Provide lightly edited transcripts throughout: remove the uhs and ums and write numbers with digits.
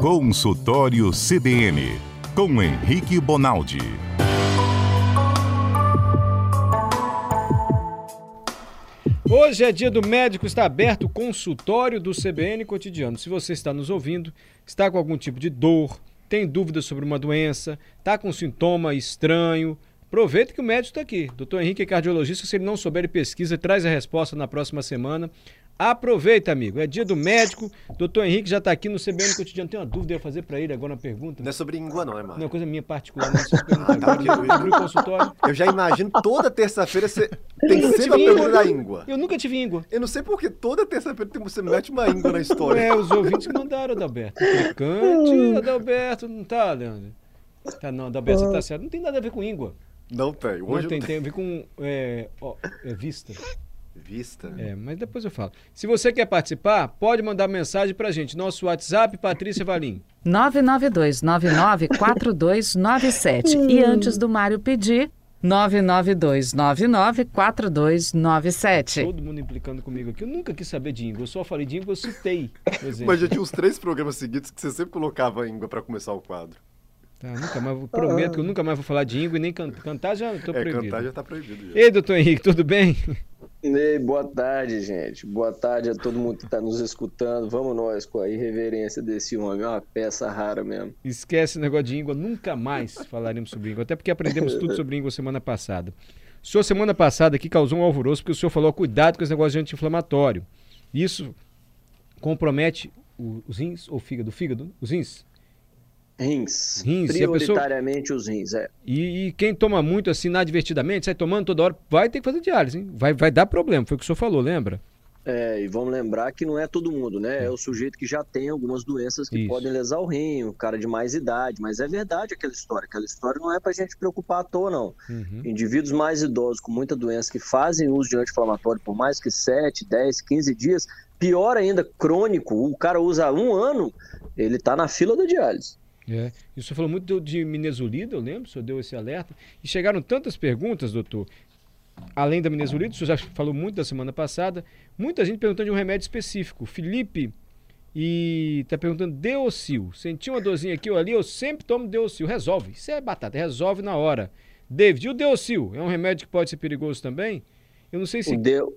Consultório CBN, com Henrique Bonaldi. Hoje é dia do médico, está aberto o consultório do CBN Cotidiano. Se você está nos ouvindo, está com algum tipo de dor, tem dúvidas sobre uma doença, está com sintoma estranho, aproveita que o médico está aqui. Dr. Henrique é cardiologista, se ele não souber, ele pesquisa, traz a resposta na próxima semana. Aproveita, amigo. É dia do médico. Doutor Henrique já está aqui no CBN Cotidiano. Tem uma dúvida a fazer para ele agora, uma pergunta. Não é sobre íngua não, é, Mário? Não, é coisa minha particular. Não, abriu o consultório. Eu já imagino toda terça-feira você tem sempre a pergunta da íngua. Eu nunca tive íngua. Eu não sei porque toda terça-feira você mete uma íngua na história. É, os ouvintes que mandaram, Adalberto. Tricante, Adalberto, não tá, Leandro? Tá não, Adalberto, você tá certo. Não tem nada a ver com íngua. Não tem. Hoje não tem a ver com vista. Vista? Mas depois eu falo. Se você quer participar, pode mandar mensagem pra gente. Nosso WhatsApp, Patrícia Valim. 992994297. E antes do Mário pedir, 992994297. Todo mundo implicando comigo aqui. Eu nunca quis saber de íngua. Eu só falei de íngua, eu citei. Mas já tinha uns 3 programas seguidos que você sempre colocava a íngua pra começar o quadro. Tá, nunca mais, prometo que eu nunca mais vou falar de íngua e nem cantar já tô proibido. Cantar já tá proibido. Já. Ei, doutor Henrique, tudo bem? Ei, boa tarde, gente. Boa tarde a todo mundo que está nos escutando. Vamos nós com a irreverência desse homem. É uma peça rara mesmo. Esquece o negócio de íngua, nunca mais falaremos sobre íngua. Até porque aprendemos tudo sobre íngua semana passada. O senhor, semana passada, aqui causou um alvoroço porque o senhor falou cuidado com esse negócio de anti-inflamatório. Isso compromete os rins ou fígado? Os rins? Rins. Prioritariamente pessoa... os rins, E quem toma muito assim, inadvertidamente, sai tomando toda hora, vai ter que fazer diálise, hein? Vai dar problema, foi o que o senhor falou, lembra? E vamos lembrar que não é todo mundo, né? É o sujeito que já tem algumas doenças que podem lesar o rim, o cara de mais idade, mas é verdade aquela história não é pra gente preocupar à toa, não. Indivíduos mais idosos com muita doença que fazem uso de anti-inflamatório por mais que 7, 10, 15 dias, pior ainda, crônico, o cara usa 1 ano, ele tá na fila da diálise. E o senhor falou muito de minesulida, eu lembro, o senhor deu esse alerta. E chegaram tantas perguntas, doutor. Além da minesulida, o senhor já falou muito da semana passada. Muita gente perguntando de um remédio específico. Felipe está perguntando Deocil. Senti uma dorzinha aqui ou ali, eu sempre tomo Deocil. Resolve. Isso é batata, resolve na hora. David, e o Deocil? É um remédio que pode ser perigoso também? Eu não sei se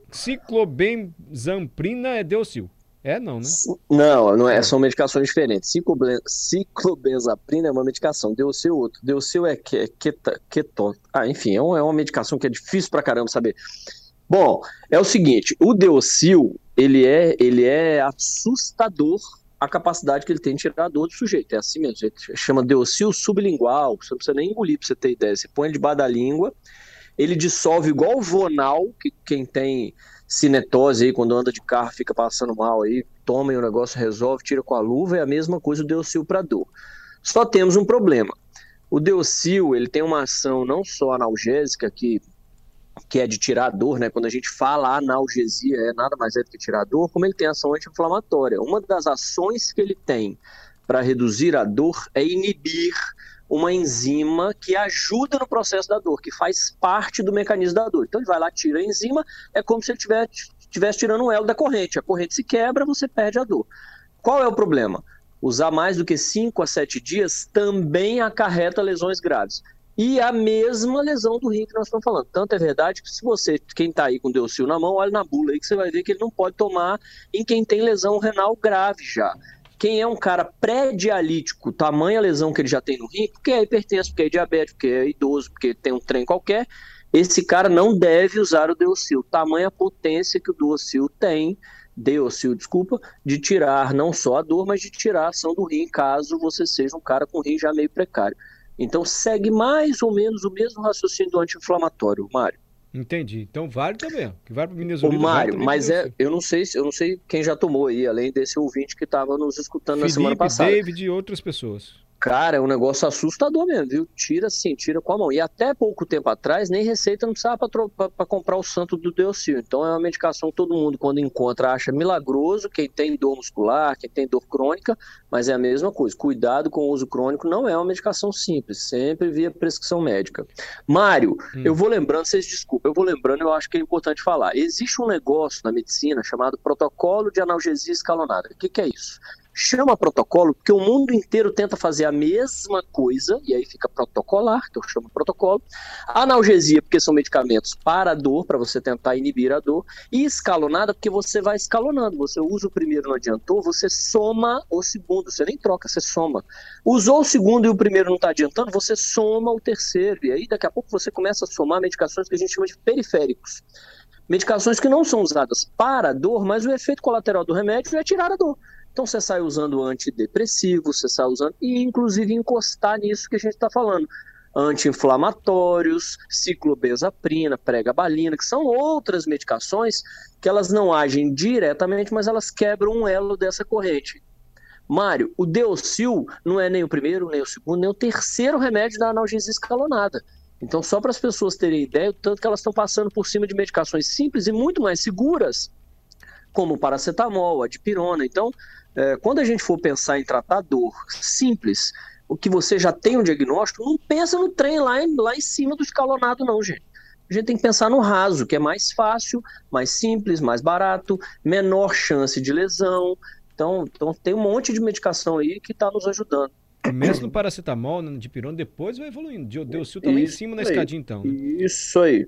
ciclobenzamprina é Deocil. Não, né? Não é, são medicações diferentes. Ciclobenzaprina é uma medicação, Deocil é outro. Deocil é keton. Enfim, é uma medicação que é difícil pra caramba saber. Bom, é o seguinte, o Deocil, ele é assustador a capacidade que ele tem de tirar a dor do sujeito. É assim mesmo, chama Deocil sublingual, você não precisa nem engolir pra você ter ideia. Você põe ele debaixo da língua, ele dissolve igual o Vonal, que quem tem cinetose aí, quando anda de carro, fica passando mal aí, toma e o negócio resolve, tira com a luva, é a mesma coisa o Deocil para dor. Só temos um problema. O Deocil, ele tem uma ação não só analgésica, que é de tirar a dor, né? Quando a gente fala analgesia, nada mais do que tirar a dor, como ele tem ação anti-inflamatória. Uma das ações que ele tem para reduzir a dor é inibir uma enzima que ajuda no processo da dor, que faz parte do mecanismo da dor. Então ele vai lá, tira a enzima, é como se ele estivesse tirando um elo da corrente. A corrente se quebra, você perde a dor. Qual é o problema? Usar mais do que 5 a 7 dias também acarreta lesões graves. E a mesma lesão do rim que nós estamos falando. Tanto é verdade que se você, quem está aí com Deocil na mão, olha na bula aí que você vai ver que ele não pode tomar em quem tem lesão renal grave já. Quem é um cara pré-dialítico, tamanha lesão que ele já tem no rim, porque é hipertenso, porque é diabético, porque é idoso, porque tem um trem qualquer, esse cara não deve usar o Deocil. Tamanha potência que o Deocil tem, de tirar não só a dor, mas de tirar a ação do rim, caso você seja um cara com rim já meio precário. Então segue mais ou menos o mesmo raciocínio do anti-inflamatório, Mário. Entendi. Então vale também. Que vale para minesulida. Mário, mas eu não sei quem já tomou aí, além desse ouvinte que estava nos escutando na semana passada. David e outras pessoas. Cara, é um negócio assustador mesmo, viu? Tira com a mão. E até pouco tempo atrás, nem receita não precisava para comprar o santo do Deocil. Então é uma medicação que todo mundo, quando encontra, acha milagroso. Quem tem dor muscular, quem tem dor crônica, mas é a mesma coisa. Cuidado com o uso crônico, não é uma medicação simples, sempre via prescrição médica. Mário, eu vou lembrando, vocês desculpem, eu acho que é importante falar. Existe um negócio na medicina chamado protocolo de analgesia escalonada. O que é isso? Chama protocolo porque o mundo inteiro tenta fazer a mesma coisa, e aí fica protocolar, então chama protocolo. Analgesia, porque são medicamentos para a dor, para você tentar inibir a dor. E escalonada, porque você vai escalonando. Você usa o primeiro, não adiantou, você soma o segundo, você nem troca, você soma. Usou o segundo e o primeiro não está adiantando, você soma o terceiro. E aí daqui a pouco você começa a somar medicações que a gente chama de periféricos. Medicações que não são usadas para a dor, mas o efeito colateral do remédio é tirar a dor. Então você sai usando antidepressivo, você sai usando, e inclusive encostar nisso que a gente está falando. Anti-inflamatórios, ciclobenzaprina, pregabalina, que são outras medicações que elas não agem diretamente, mas elas quebram um elo dessa corrente. Mário, o Deocil não é nem o primeiro, nem o segundo, nem o terceiro remédio da analgesia escalonada. Então, só para as pessoas terem ideia, o tanto que elas estão passando por cima de medicações simples e muito mais seguras, como o paracetamol, a dipirona. Então, quando a gente for pensar em tratar dor simples, o que você já tem um diagnóstico, não pensa no trem lá em cima do escalonado não, gente. A gente tem que pensar no raso, que é mais fácil, mais simples, mais barato, menor chance de lesão. Então tem um monte de medicação aí que está nos ajudando. Mesmo no paracetamol, no dipirona, depois vai evoluindo. O Deocil tá lá em cima na escadinha, então. Né? Isso aí.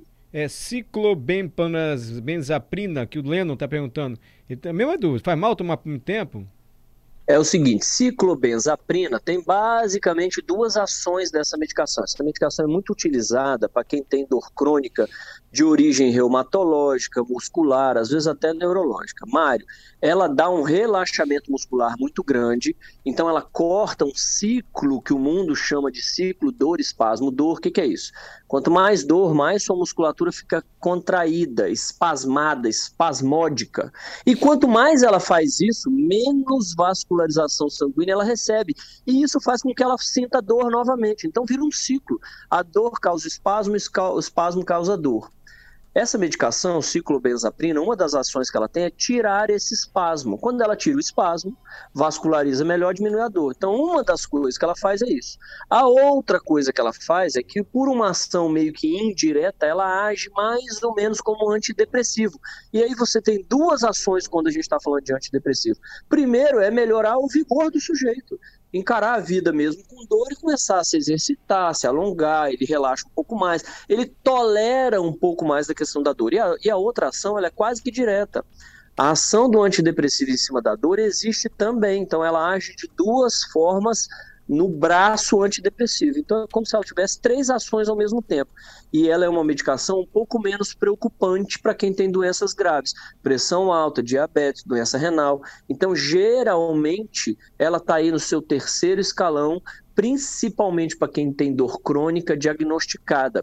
Ciclobenzaprina, que o Lennon tá perguntando. Ele também é dúvida. Faz mal tomar por muito tempo? É o seguinte, ciclobenzaprina tem basicamente duas ações dessa medicação. Essa medicação é muito utilizada para quem tem dor crônica de origem reumatológica, muscular, às vezes até neurológica. Mário, ela dá um relaxamento muscular muito grande, então ela corta um ciclo que o mundo chama de ciclo dor-espasmo. Dor, o que é isso? Quanto mais dor, mais sua musculatura fica contraída, espasmada, espasmódica. E quanto mais ela faz isso, menos vascularização sanguínea ela recebe. E isso faz com que ela sinta dor novamente. Então vira um ciclo. A dor causa espasmo, o espasmo causa dor. Essa medicação, ciclobenzaprina, uma das ações que ela tem é tirar esse espasmo. Quando ela tira o espasmo, vasculariza melhor, diminui a dor. Então, uma das coisas que ela faz é isso. A outra coisa que ela faz é que, por uma ação meio que indireta, ela age mais ou menos como um antidepressivo. E aí você tem duas ações quando a gente está falando de antidepressivo. Primeiro é melhorar o vigor do sujeito. Encarar a vida mesmo com dor e começar a se exercitar, se alongar, ele relaxa um pouco mais, ele tolera um pouco mais da questão da dor. E a outra ação ela é quase que direta. A ação do antidepressivo em cima da dor existe também, então ela age de duas formas no braço antidepressivo. Então é como se ela tivesse três ações ao mesmo tempo. E ela é uma medicação um pouco menos preocupante para quem tem doenças graves. Pressão alta, diabetes, doença renal. Então, geralmente, ela está aí no seu terceiro escalão, principalmente para quem tem dor crônica diagnosticada.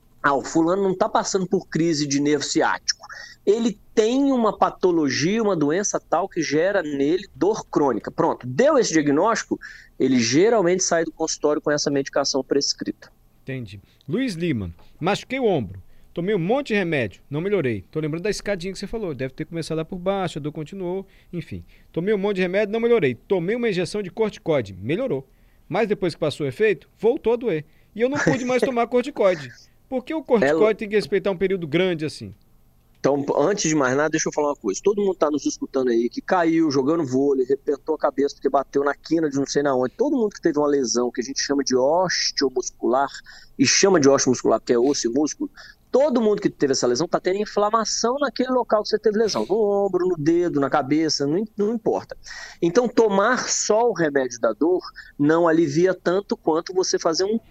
O fulano não está passando por crise de nervo ciático. Ele tem uma patologia, uma doença tal que gera nele dor crônica. Pronto, deu esse diagnóstico, ele geralmente sai do consultório com essa medicação prescrita. Entendi. Luiz Lima, machuquei o ombro, tomei um monte de remédio, não melhorei. Tô lembrando da escadinha que você falou, deve ter começado lá por baixo, a dor continuou, enfim. Tomei um monte de remédio, não melhorei. Tomei uma injeção de corticoide, melhorou. Mas depois que passou o efeito, voltou a doer. E eu não pude mais tomar corticoide. Por que o corticoide tem que respeitar um período grande assim? Então, antes de mais nada, deixa eu falar uma coisa. Todo mundo está nos escutando aí, que caiu jogando vôlei, arrebentou a cabeça porque bateu na quina de não sei na onde. Todo mundo que teve uma lesão que a gente chama de osteomuscular, e chama de osteomuscular porque é osso e músculo, todo mundo que teve essa lesão está tendo inflamação naquele local que você teve lesão. No ombro, no dedo, na cabeça, não importa. Então, tomar só o remédio da dor não alivia tanto quanto você fazer um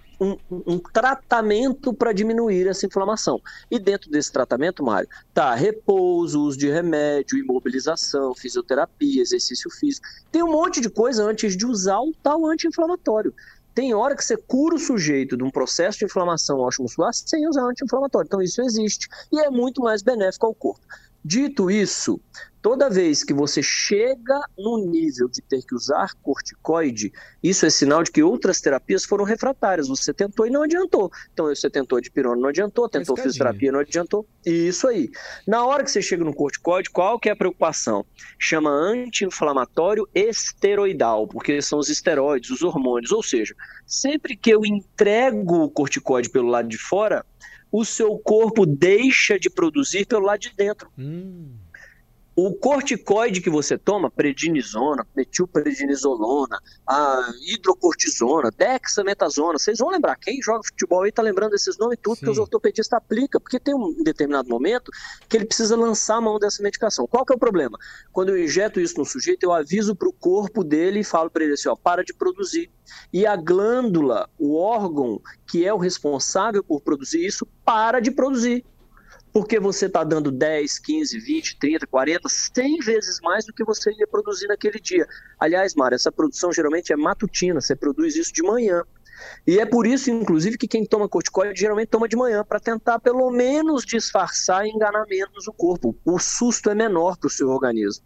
tratamento para diminuir essa inflamação. E dentro desse tratamento, Mário, tá repouso, uso de remédio, imobilização, fisioterapia, exercício físico. Tem um monte de coisa antes de usar o tal anti-inflamatório. Tem hora que você cura o sujeito de um processo de inflamação osteomuscular sem usar anti-inflamatório. Então isso existe e é muito mais benéfico ao corpo. Dito isso, toda vez que você chega no nível de ter que usar corticoide, isso é sinal de que outras terapias foram refratárias. Você tentou e não adiantou. Então você tentou a dipirona, não adiantou, tentou fisioterapia, não adiantou. Isso aí. Na hora que você chega no corticoide, qual que é a preocupação? Chama anti-inflamatório esteroidal, porque são os esteroides, os hormônios. Ou seja, sempre que eu entrego o corticoide pelo lado de fora, o seu corpo deixa de produzir pelo lado de dentro. O corticoide que você toma, prednisona, metilprednisolona, a hidrocortisona, dexametasona, vocês vão lembrar, quem joga futebol aí tá lembrando desses nomes tudo, Sim. que os ortopedistas aplicam, porque tem um determinado momento que ele precisa lançar a mão dessa medicação. Qual que é o problema? Quando eu injeto isso no sujeito, eu aviso para o corpo dele e falo para ele assim, ó, para de produzir. E a glândula, o órgão que é o responsável por produzir isso, para de produzir. Porque você está dando 10, 15, 20, 30, 40, 100 vezes mais do que você ia produzir naquele dia. Aliás, Mário, essa produção geralmente é matutina, você produz isso de manhã. E é por isso, inclusive, que quem toma corticoide geralmente toma de manhã, para tentar pelo menos disfarçar e enganar menos o corpo. O susto é menor para o seu organismo.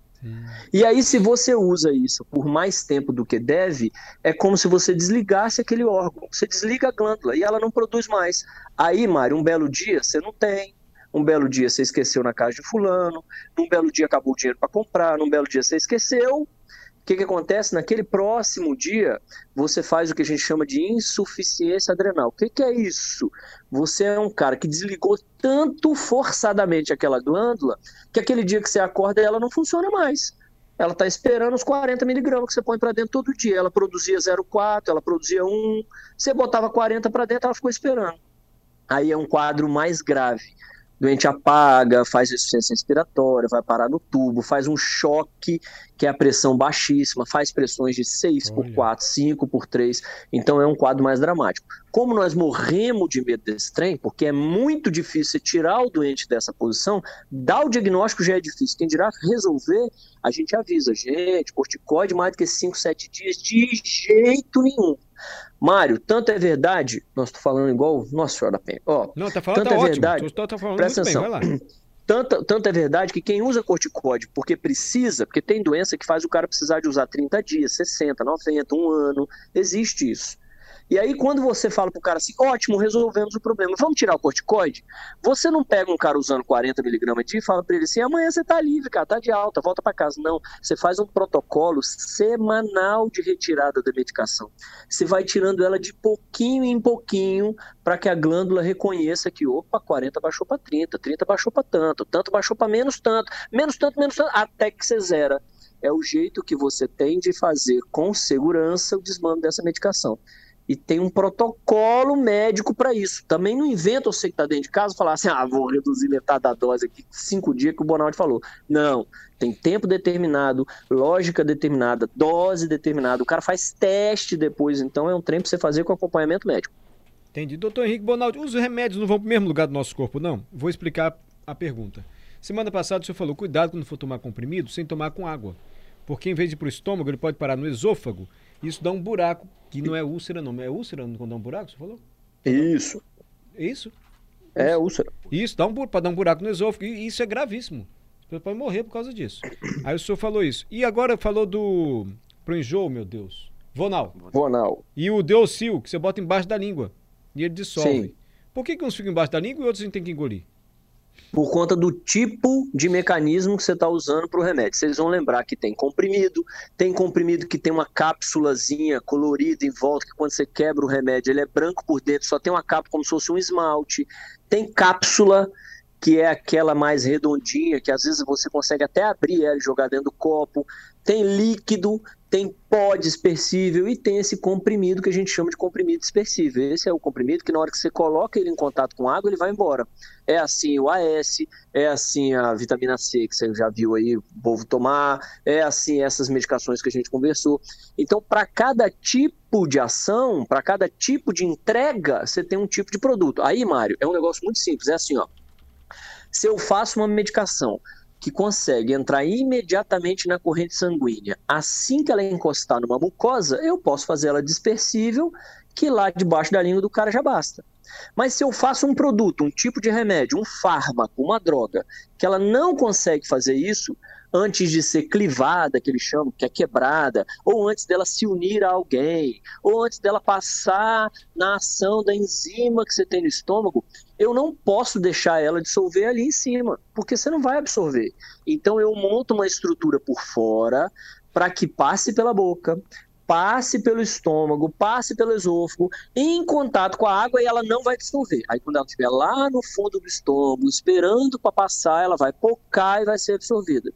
E aí, se você usa isso por mais tempo do que deve, é como se você desligasse aquele órgão. Você desliga a glândula e ela não produz mais. Aí, Mário, um belo dia você não tem. Um belo dia você esqueceu na casa de fulano, num belo dia acabou o dinheiro para comprar, num belo dia você esqueceu. O que acontece? Naquele próximo dia, você faz o que a gente chama de insuficiência adrenal. O que é isso? Você é um cara que desligou tanto forçadamente aquela glândula, que aquele dia que você acorda, ela não funciona mais. Ela está esperando os 40 miligramas que você põe para dentro todo dia. Ela produzia 0,4, ela produzia 1, você botava 40 para dentro, ela ficou esperando. Aí é um quadro mais grave. Doente apaga, faz insuficiência respiratória, vai parar no tubo, faz um choque, que é a pressão baixíssima, faz pressões de 6 por 4, 5 por 3, então é um quadro mais dramático. Como nós morremos de medo desse trem, porque é muito difícil você tirar o doente dessa posição, dar o diagnóstico já é difícil, quem dirá resolver, a gente avisa, gente, corticoide mais do que 5, 7 dias, de jeito nenhum. Mário, tanto é verdade, nós estamos falando igual Nossa Senhora da Penha. Ó, Não, tá falando, tanto tá é ótimo. verdade, Tá falando presta muito bem, atenção. vai lá. Tanto é verdade que quem usa corticoide porque precisa, porque tem doença que faz o cara precisar de usar 30 dias, 60, 90, um ano, existe isso. E aí quando você fala pro cara assim, ótimo, resolvemos o problema, vamos tirar o corticoide? Você não pega um cara usando 40 miligramas de e fala para ele assim, amanhã você tá livre, cara, tá de alta, volta para casa. Não, você faz um protocolo semanal de retirada da medicação. Você vai tirando ela de pouquinho em pouquinho para que a glândula reconheça que, opa, 40 baixou para 30, 30 baixou para tanto, tanto baixou para menos tanto, até que você zera. É o jeito que você tem de fazer com segurança o desmame dessa medicação. E tem um protocolo médico para isso. Também não inventa você que está dentro de casa falar assim, vou reduzir metade da dose aqui, 5 dias que o Bonaldi falou. Não, tem tempo determinado, lógica determinada, dose determinada. O cara faz teste depois, então é um trem para você fazer com acompanhamento médico. Entendi. Doutor Henrique Bonaldi, os remédios não vão para o mesmo lugar do nosso corpo, não? Vou explicar a pergunta. Semana passada o senhor falou, cuidado quando for tomar comprimido, sem tomar com água. Porque em vez de ir para o estômago, ele pode parar no esôfago. Isso dá um buraco, que não é úlcera, não. É úlcera quando dá um buraco, você falou? Isso. Isso? É úlcera. Isso, pode dar um buraco no esôfago, e isso é gravíssimo. Você pode morrer por causa disso. Aí o senhor falou isso. E agora falou pro enjoo, meu Deus. Vonal. E o Deocil, que você bota embaixo da língua. E ele dissolve. Sim. Por que uns ficam embaixo da língua e outros a gente tem que engolir? Por conta do tipo de mecanismo que você está usando para o remédio. Vocês vão lembrar que tem comprimido que tem uma cápsulazinha colorida em volta, que quando você quebra o remédio ele é branco por dentro, só tem uma cápsula como se fosse um esmalte. Tem cápsula, que é aquela mais redondinha, que às vezes você consegue até abrir ela e jogar dentro do copo. Tem líquido, tem pó dispersível e tem esse comprimido que a gente chama de comprimido dispersível. Esse é o comprimido que na hora que você coloca ele em contato com água, ele vai embora. É assim o AS, é assim a vitamina C, que você já viu aí o povo tomar, é assim essas medicações que a gente conversou. Então, para cada tipo de ação, para cada tipo de entrega, você tem um tipo de produto. Aí, Mário, é um negócio muito simples, é assim, ó. Se eu faço uma medicação que consegue entrar imediatamente na corrente sanguínea, assim que ela encostar numa mucosa, eu posso fazer ela dispersível, que lá debaixo da língua do cara já basta. Mas se eu faço um produto, um tipo de remédio, um fármaco, uma droga, que ela não consegue fazer isso antes de ser clivada, que eles chamam, que é quebrada, ou antes dela se unir a alguém, ou antes dela passar na ação da enzima que você tem no estômago, eu não posso deixar ela dissolver ali em cima, porque você não vai absorver. Então eu monto uma estrutura por fora para que passe pela boca, passe pelo estômago, passe pelo esôfago, em contato com a água, e ela não vai dissolver. Aí quando ela estiver lá no fundo do estômago, esperando para passar, ela vai pocar e vai ser absorvida.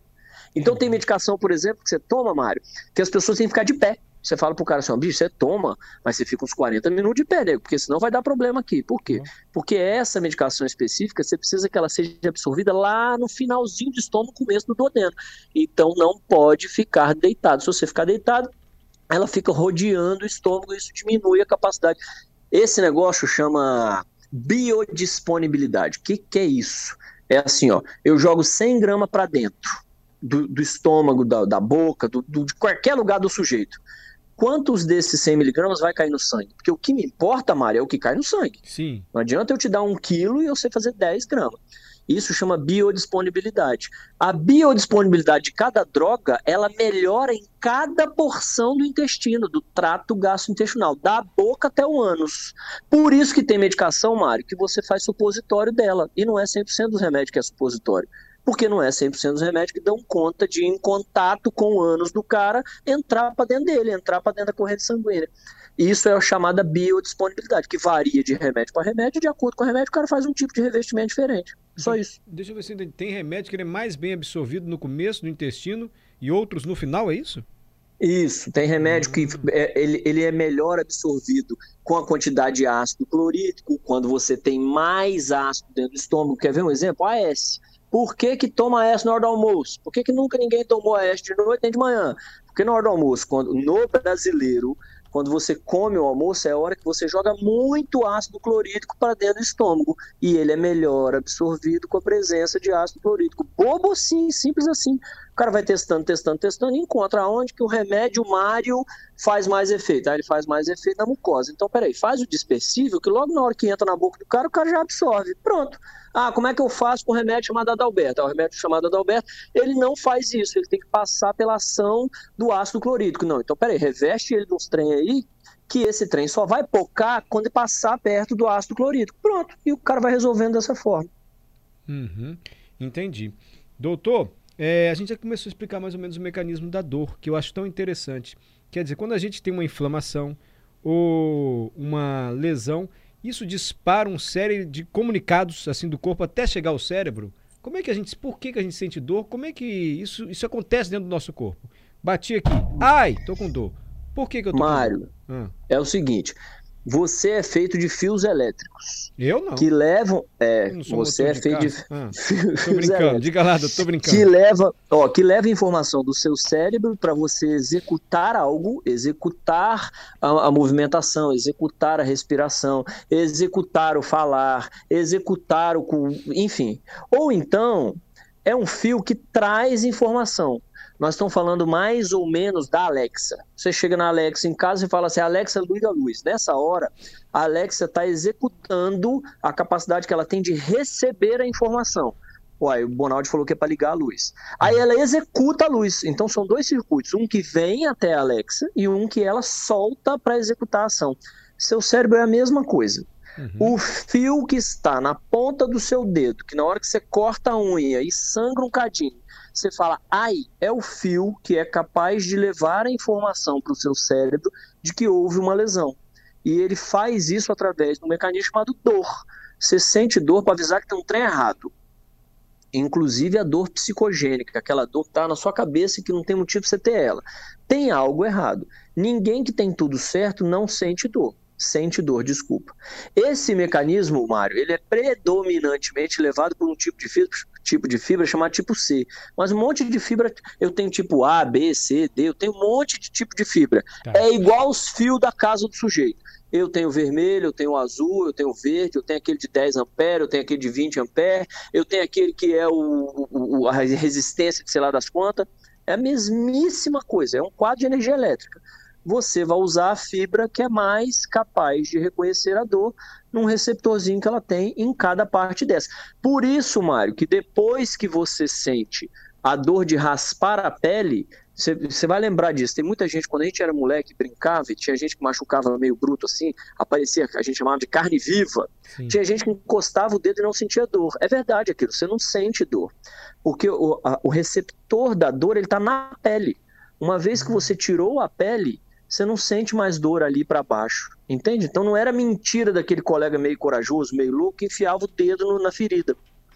Então tem medicação, por exemplo, que você toma, Mário, que as pessoas têm que ficar de pé. Você fala pro cara assim, bicho, você toma, mas você fica uns 40 minutos de pé, nego, porque senão vai dar problema aqui. Por quê? Porque essa medicação específica, você precisa que ela seja absorvida lá no finalzinho do estômago, começo do duodeno. Então não pode ficar deitado. Se você ficar deitado, ela fica rodeando o estômago e isso diminui a capacidade. Esse negócio chama biodisponibilidade. O que é isso? É assim, ó, eu jogo 100 gramas para dentro do estômago, da boca, de qualquer lugar do sujeito. Quantos desses 100 miligramas vai cair no sangue? Porque o que me importa, Mário, é o que cai no sangue. Sim. Não adianta eu te dar 1 quilo e eu sei fazer 10 gramas. Isso chama biodisponibilidade. A biodisponibilidade de cada droga, ela melhora em cada porção do intestino, do trato gastrointestinal, da boca até o ânus. Por isso que tem medicação, Mário, que você faz supositório dela. E não é 100% dos remédios que é supositório. Porque não é 100% dos remédios que dão conta de, em contato com o ânus do cara, entrar para dentro dele, entrar para dentro da corrente sanguínea. Isso é a chamada biodisponibilidade, que varia de remédio para remédio, de acordo com o remédio, o cara faz um tipo de revestimento diferente. Só isso. Deixa eu ver se tem remédio que ele é mais bem absorvido no começo do intestino e outros no final, é isso? Isso, tem remédio que ele é melhor absorvido com a quantidade de ácido clorídrico, quando você tem mais ácido dentro do estômago. Quer ver um exemplo? AS. Por que toma AS na hora do almoço? Por que nunca ninguém tomou AS de noite nem de manhã? Porque na hora do almoço, no brasileiro, quando você come o almoço, é a hora que você joga muito ácido clorídrico para dentro do estômago. E ele é melhor absorvido com a presença de ácido clorídrico. Bobo sim, simples assim. O cara vai testando e encontra onde que o remédio Mário faz mais efeito. Aí ele faz mais efeito na mucosa. Então, peraí, faz o dispersível, que logo na hora que entra na boca do cara, o cara já absorve. Pronto. Ah, como é que eu faço com o remédio chamado Adalberto? O remédio chamado Adalberto, ele não faz isso, ele tem que passar pela ação do ácido clorídrico. Não, então peraí, reveste ele nos trem aí, que esse trem só vai pocar quando ele passar perto do ácido clorídrico. Pronto, e o cara vai resolvendo dessa forma. Entendi. Doutor, a gente já começou a explicar mais ou menos o mecanismo da dor, que eu acho tão interessante. Quer dizer, quando a gente tem uma inflamação ou uma lesão, isso dispara um série de comunicados assim do corpo até chegar ao cérebro. Como é que por que a gente sente dor? Como é que isso acontece dentro do nosso corpo? Bati aqui, ai, tô com dor. Por que eu tô Mário, com dor? É o seguinte, você é feito de fios elétricos. Eu não. Que levam... você é feito de fios tô brincando, elétricos, diga lá, eu tô brincando. Que leva informação do seu cérebro para você executar algo, executar a movimentação, executar a respiração, executar o falar, executar enfim. Ou então, é um fio que traz informação. Nós estamos falando mais ou menos da Alexa. Você chega na Alexa em casa e fala assim, Alexa, liga a luz. Nessa hora, a Alexa está executando a capacidade que ela tem de receber a informação. Uai, o Bonaldi falou que é para ligar a luz. Aí ela executa a luz. Então são 2 circuitos, um que vem até a Alexa e um que ela solta para executar a ação. Seu cérebro é a mesma coisa. O fio que está na ponta do seu dedo, que na hora que você corta a unha e sangra um cadinho, você fala, ai, é o fio que é capaz de levar a informação para o seu cérebro de que houve uma lesão. E ele faz isso através de um mecanismo chamado dor. Você sente dor para avisar que tem um trem errado. Inclusive a dor psicogênica, aquela dor que está na sua cabeça e que não tem motivo para você ter ela. Tem algo errado. Ninguém que tem tudo certo não sente dor. Sente dor, desculpa. Esse mecanismo, Mário, ele é predominantemente levado por um tipo de fibra chamado tipo C. Mas um monte de fibra, eu tenho tipo A, B, C, D, eu tenho um monte de tipo de fibra. Tá. É igual os fios da casa do sujeito. Eu tenho vermelho, eu tenho azul, eu tenho verde, eu tenho aquele de 10 amperes, eu tenho aquele de 20 amperes, eu tenho aquele que é a resistência de sei lá das quantas. É a mesmíssima coisa, é um quadro de energia elétrica. Você vai usar a fibra que é mais capaz de reconhecer a dor num receptorzinho que ela tem em cada parte dessa. Por isso, Mário, que depois que você sente a dor de raspar a pele, você vai lembrar disso. Tem muita gente, quando a gente era moleque, brincava, e tinha gente que machucava meio bruto assim, aparecia, a gente chamava de carne viva. Sim. Tinha gente que encostava o dedo e não sentia dor. É verdade aquilo, você não sente dor. Porque o receptor da dor, ele está na pele. Uma vez que você tirou a pele, você não sente mais dor ali para baixo, entende? Então não era mentira daquele colega meio corajoso, meio louco, que enfiava o dedo na ferida.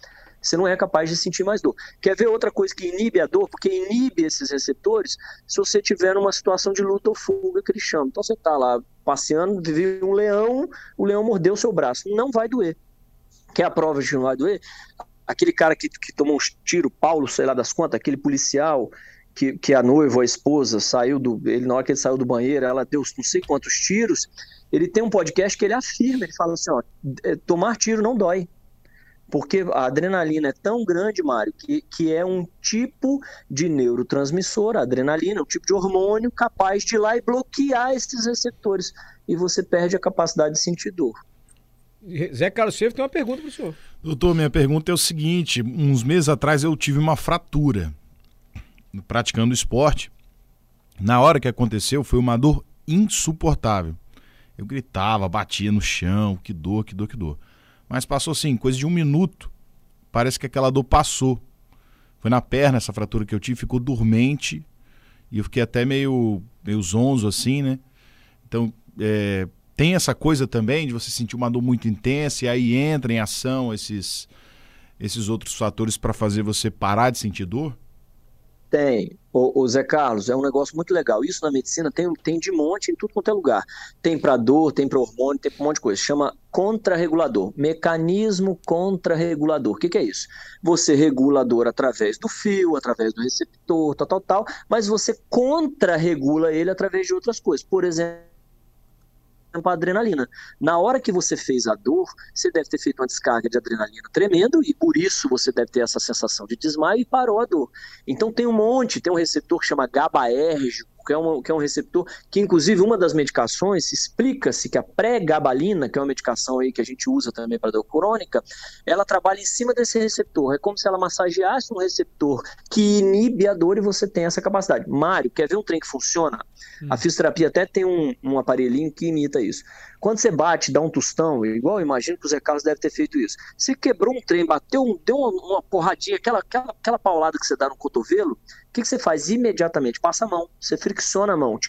você não é capaz de sentir mais dor. Quer ver outra coisa que inibe a dor? Porque inibe esses receptores se você tiver numa situação de luta ou fuga, que eles chamam. Então você está lá passeando, vive um leão, o leão mordeu o seu braço. Não vai doer. Quer a prova de que não vai doer? Aquele cara que tomou uns tiros, Paulo, sei lá das quantas, aquele policial que a noiva ou a esposa na hora que ele saiu do banheiro, ela deu não sei quantos tiros, ele tem um podcast que ele afirma, ele fala assim, ó, tomar tiro não dói, porque a adrenalina é tão grande, Mário, que é um tipo de neurotransmissor, a adrenalina é um tipo de hormônio capaz de ir lá e bloquear esses receptores, e você perde a capacidade de sentir dor. Zé Carlos Schaefer tem uma pergunta para o senhor. Doutor, minha pergunta é o seguinte, uns meses atrás eu tive uma fratura praticando esporte. Na hora que aconteceu foi uma dor insuportável. Eu gritava, batia no chão, que dor. Mas passou assim, coisa de 1 minuto, parece que aquela dor passou. Foi na perna essa fratura que eu tive, ficou dormente e eu fiquei até meio zonzo assim, né? Então, tem essa coisa também de você sentir uma dor muito intensa e aí entra em ação esses outros fatores para fazer você parar de sentir dor? Tem. O Zé Carlos, é um negócio muito legal. Isso na medicina tem de monte em tudo quanto é lugar. Tem para dor, tem para hormônio, tem para um monte de coisa. Chama contrarregulador. Mecanismo contrarregulador. O que é isso? Você regula a dor através do fio, através do receptor, tal, mas você contrarregula ele através de outras coisas. Por exemplo, a adrenalina. Na hora que você fez a dor, você deve ter feito uma descarga de adrenalina tremendo e por isso você deve ter essa sensação de desmaio e parou a dor. Então tem um receptor que chama GABAérgico, que é um receptor que, inclusive, uma das medicações, explica-se que a pré-gabalina, que é uma medicação aí que a gente usa também para dor crônica, ela trabalha em cima desse receptor. É como se ela massageasse um receptor que inibe a dor e você tem essa capacidade. Mário, quer ver um trem que funciona? A fisioterapia até tem um aparelhinho que imita isso. Quando você bate, dá um tostão, igual eu imagino que o Zé Carlos deve ter feito isso. Você quebrou um trem, deu uma porradinha, aquela paulada que você dá no cotovelo, o que você faz? Imediatamente passa a mão, você fricciona a mão.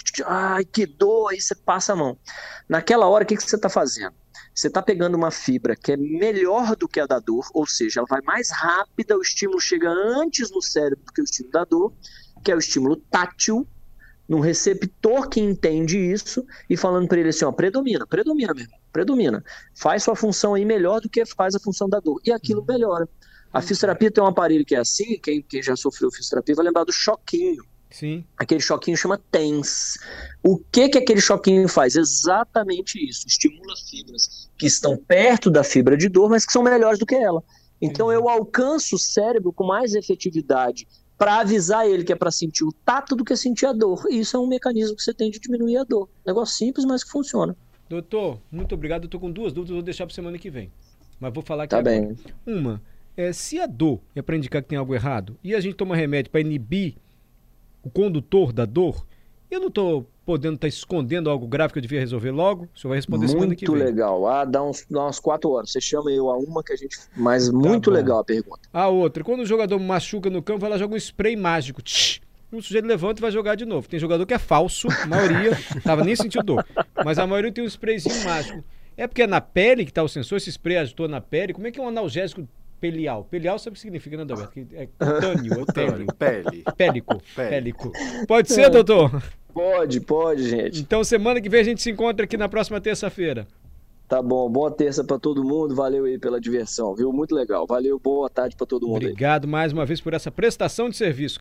Ai, que dor, aí você passa a mão. Naquela hora, o que você está fazendo? Você está pegando uma fibra que é melhor do que a da dor, ou seja, ela vai mais rápida, o estímulo chega antes no cérebro do que o estímulo da dor, que é o estímulo tátil, num receptor que entende isso e falando para ele assim, ó, predomina, meu irmão, predomina. Faz sua função aí melhor do que faz a função da dor. E aquilo melhora. A fisioterapia tem um aparelho que é assim, quem já sofreu fisioterapia vai lembrar do choquinho. Sim. Aquele choquinho chama TENS. O que aquele choquinho faz? Exatamente isso. Estimula fibras que estão perto da fibra de dor, mas que são melhores do que ela. Então eu alcanço o cérebro com mais efetividade para avisar ele que é para sentir o tato do que sentir a dor. E isso é um mecanismo que você tem de diminuir a dor. Negócio simples, mas que funciona. Doutor, muito obrigado. Eu estou com 2 dúvidas, vou deixar para semana que vem. Mas vou falar aqui tá agora. Bem. Uma, se a dor é para indicar que tem algo errado e a gente toma remédio para inibir o condutor da dor, eu não estou podendo estar escondendo algo grave que eu devia resolver logo? O senhor vai responder semana que vem. Muito legal. Dá umas 4 horas. Você chama eu a uma que a gente... Mas muito legal a pergunta. A outra, quando o jogador machuca no campo, ela joga um spray mágico. O sujeito levanta e vai jogar de novo. Tem jogador que é falso, a maioria tava nem sentindo dor. Mas a maioria tem um sprayzinho mágico. É porque é na pele que está o sensor, esse spray agitou na pele. Como é que é um analgésico pelial? Pelial sabe o que significa, né, Adalberto? É cutâneo, pélico. Pode ser, doutor? Pode, gente. Então, semana que vem a gente se encontra aqui na próxima terça-feira. Tá bom, boa terça pra todo mundo, valeu aí pela diversão, viu? Muito legal, valeu, boa tarde pra todo mundo. Obrigado mais uma vez por essa prestação de serviço.